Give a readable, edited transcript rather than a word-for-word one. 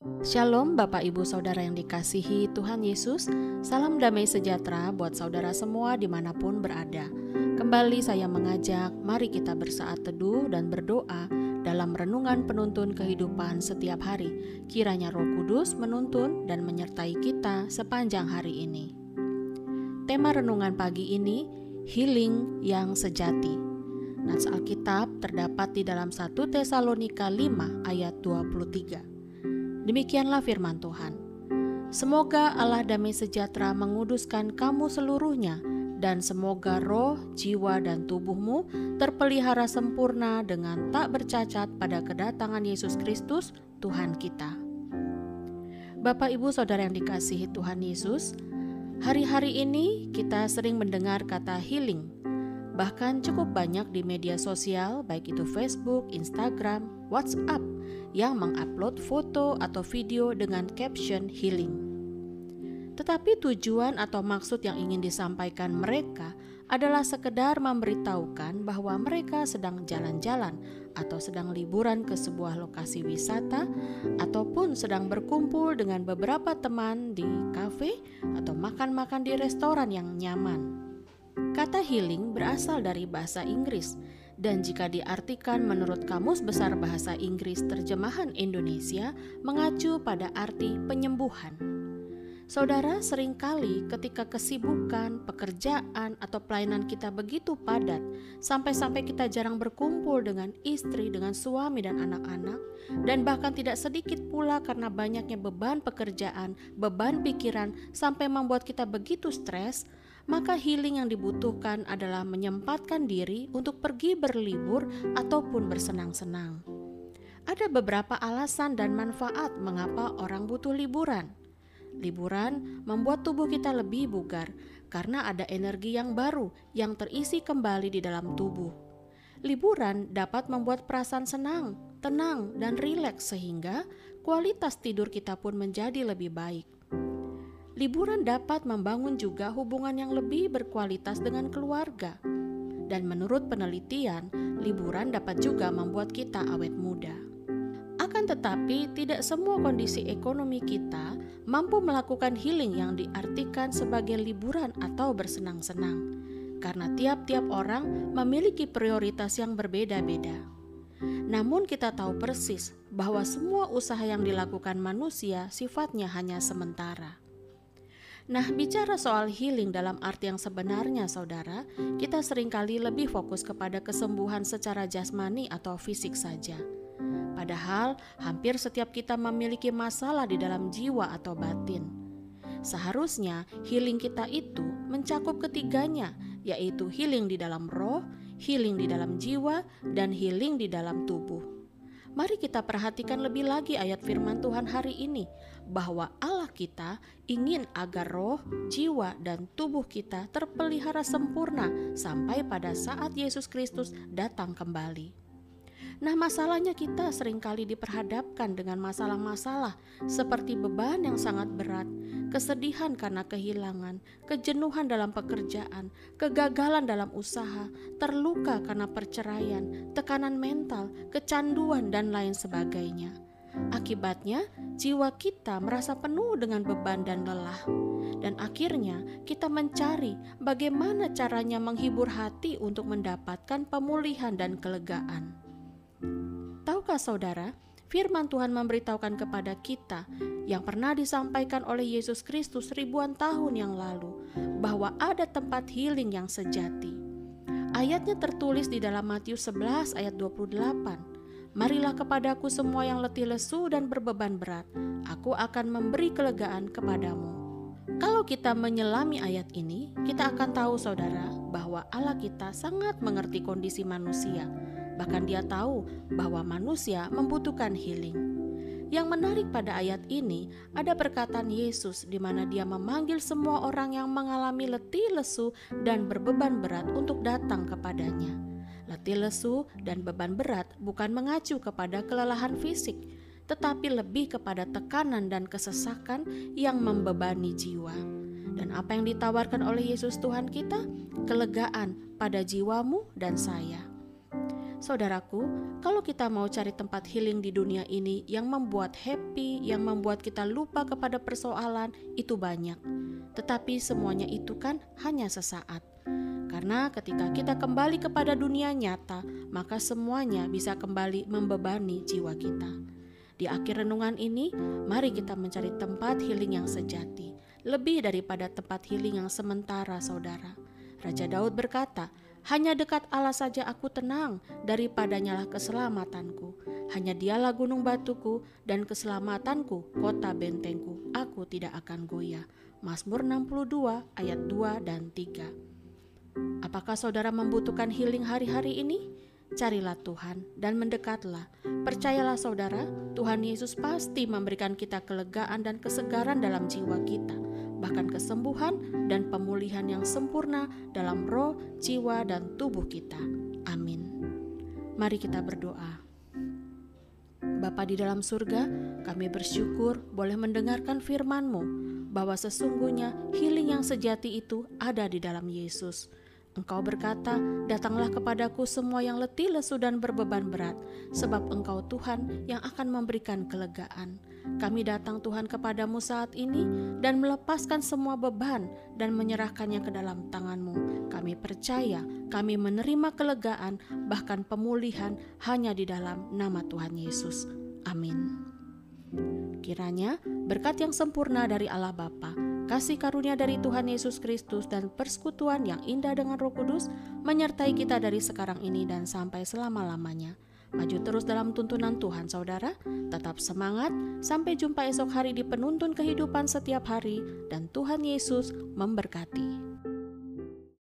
Shalom Bapak Ibu Saudara yang dikasihi Tuhan Yesus. Salam damai sejahtera buat saudara semua dimanapun berada. Kembali saya mengajak, mari kita bersaat teduh dan berdoa dalam renungan penuntun kehidupan setiap hari. Kiranya Roh Kudus menuntun dan menyertai kita sepanjang hari ini. Tema renungan pagi ini, healing yang sejati. Nats Alkitab terdapat di dalam 1 Tesalonika 5 ayat 23. Demikianlah firman Tuhan. Semoga Allah damai sejahtera menguduskan kamu seluruhnya, dan semoga roh, jiwa, dan tubuhmu terpelihara sempurna dengan tak bercacat pada kedatangan Yesus Kristus, Tuhan kita. Bapak, Ibu, Saudara yang dikasihi Tuhan Yesus, hari-hari ini kita sering mendengar kata healing. Bahkan cukup banyak di media sosial, baik itu Facebook, Instagram, WhatsApp, yang mengupload foto atau video dengan caption healing. Tetapi tujuan atau maksud yang ingin disampaikan mereka adalah sekedar memberitahukan bahwa mereka sedang jalan-jalan atau sedang liburan ke sebuah lokasi wisata ataupun sedang berkumpul dengan beberapa teman di kafe atau makan-makan di restoran yang nyaman. Kata healing berasal dari bahasa Inggris, dan jika diartikan menurut Kamus Besar Bahasa Inggris Terjemahan Indonesia mengacu pada arti penyembuhan. Saudara, seringkali ketika kesibukan, pekerjaan, atau pelayanan kita begitu padat, sampai-sampai kita jarang berkumpul dengan istri, dengan suami dan anak-anak, dan bahkan tidak sedikit pula karena banyaknya beban pekerjaan, beban pikiran, sampai membuat kita begitu stres, maka healing yang dibutuhkan adalah menyempatkan diri untuk pergi berlibur ataupun bersenang-senang. Ada beberapa alasan dan manfaat mengapa orang butuh liburan. Liburan membuat tubuh kita lebih bugar karena ada energi yang baru yang terisi kembali di dalam tubuh. Liburan dapat membuat perasaan senang, tenang, dan rileks sehingga kualitas tidur kita pun menjadi lebih baik. Liburan dapat membangun juga hubungan yang lebih berkualitas dengan keluarga. Dan menurut penelitian, liburan dapat juga membuat kita awet muda. Akan tetapi, tidak semua kondisi ekonomi kita mampu melakukan healing yang diartikan sebagai liburan atau bersenang-senang. Karena tiap-tiap orang memiliki prioritas yang berbeda-beda. Namun kita tahu persis bahwa semua usaha yang dilakukan manusia sifatnya hanya sementara. Nah, bicara soal healing dalam arti yang sebenarnya, saudara, kita seringkali lebih fokus kepada kesembuhan secara jasmani atau fisik saja. Padahal, hampir setiap kita memiliki masalah di dalam jiwa atau batin. Seharusnya, healing kita itu mencakup ketiganya, yaitu healing di dalam roh, healing di dalam jiwa, dan healing di dalam tubuh. Mari kita perhatikan lebih lagi ayat firman Tuhan hari ini, bahwa Allah kita ingin agar roh, jiwa, dan tubuh kita terpelihara sempurna sampai pada saat Yesus Kristus datang kembali. Nah, masalahnya kita seringkali diperhadapkan dengan masalah-masalah seperti beban yang sangat berat, kesedihan karena kehilangan, kejenuhan dalam pekerjaan, kegagalan dalam usaha, terluka karena perceraian, tekanan mental, kecanduan, dan lain sebagainya. Akibatnya, jiwa kita merasa penuh dengan beban dan lelah. Dan akhirnya kita mencari bagaimana caranya menghibur hati untuk mendapatkan pemulihan dan kelegaan. Tahukah saudara, firman Tuhan memberitahukan kepada kita yang pernah disampaikan oleh Yesus Kristus ribuan tahun yang lalu, bahwa ada tempat healing yang sejati. Ayatnya tertulis di dalam Matius 11 ayat 28. Marilah kepadaku semua yang letih lesu dan berbeban berat, aku akan memberi kelegaan kepadamu. Kalau kita menyelami ayat ini, kita akan tahu saudara bahwa Allah kita sangat mengerti kondisi manusia. Bahkan Dia tahu bahwa manusia membutuhkan healing. Yang menarik pada ayat ini ada perkataan Yesus di mana Dia memanggil semua orang yang mengalami letih lesu dan berbeban berat untuk datang kepadanya. Letih lesu dan beban berat bukan mengacu kepada kelelahan fisik, tetapi lebih kepada tekanan dan kesesakan yang membebani jiwa. Dan apa yang ditawarkan oleh Yesus Tuhan kita? Kelegaan pada jiwamu dan saya. Saudaraku, kalau kita mau cari tempat healing di dunia ini yang membuat happy, yang membuat kita lupa kepada persoalan, itu banyak. Tetapi semuanya itu kan hanya sesaat. Karena ketika kita kembali kepada dunia nyata, maka semuanya bisa kembali membebani jiwa kita. Di akhir renungan ini, mari kita mencari tempat healing yang sejati, lebih daripada tempat healing yang sementara, saudara. Raja Daud berkata, "Hanya dekat Allah saja aku tenang, daripadanyalah keselamatanku. Hanya dialah gunung batuku dan keselamatanku, kota bentengku, aku tidak akan goyah." Mazmur 62 ayat 2 dan 3. Apakah saudara membutuhkan healing hari-hari ini? Carilah Tuhan dan mendekatlah. Percayalah saudara, Tuhan Yesus pasti memberikan kita kelegaan dan kesegaran dalam jiwa kita, bahkan kesembuhan dan pemulihan yang sempurna dalam roh, jiwa, dan tubuh kita. Amin. Mari kita berdoa. Bapa di dalam surga, kami bersyukur boleh mendengarkan firman-Mu, bahwa sesungguhnya healing yang sejati itu ada di dalam Yesus. Engkau berkata, "Datanglah kepadaku semua yang letih, lesu, dan berbeban berat, sebab Engkau Tuhan yang akan memberikan kelegaan." Kami datang Tuhan kepadamu saat ini dan melepaskan semua beban dan menyerahkannya ke dalam tangan-Mu. Kami percaya, kami menerima kelegaan, bahkan pemulihan hanya di dalam nama Tuhan Yesus. Amin. Kiranya berkat yang sempurna dari Allah Bapa, kasih karunia dari Tuhan Yesus Kristus, dan persekutuan yang indah dengan Roh Kudus menyertai kita dari sekarang ini dan sampai selama-lamanya. Maju terus dalam tuntunan Tuhan, saudara. Tetap semangat. Sampai jumpa esok hari di penuntun kehidupan setiap hari, dan Tuhan Yesus memberkati.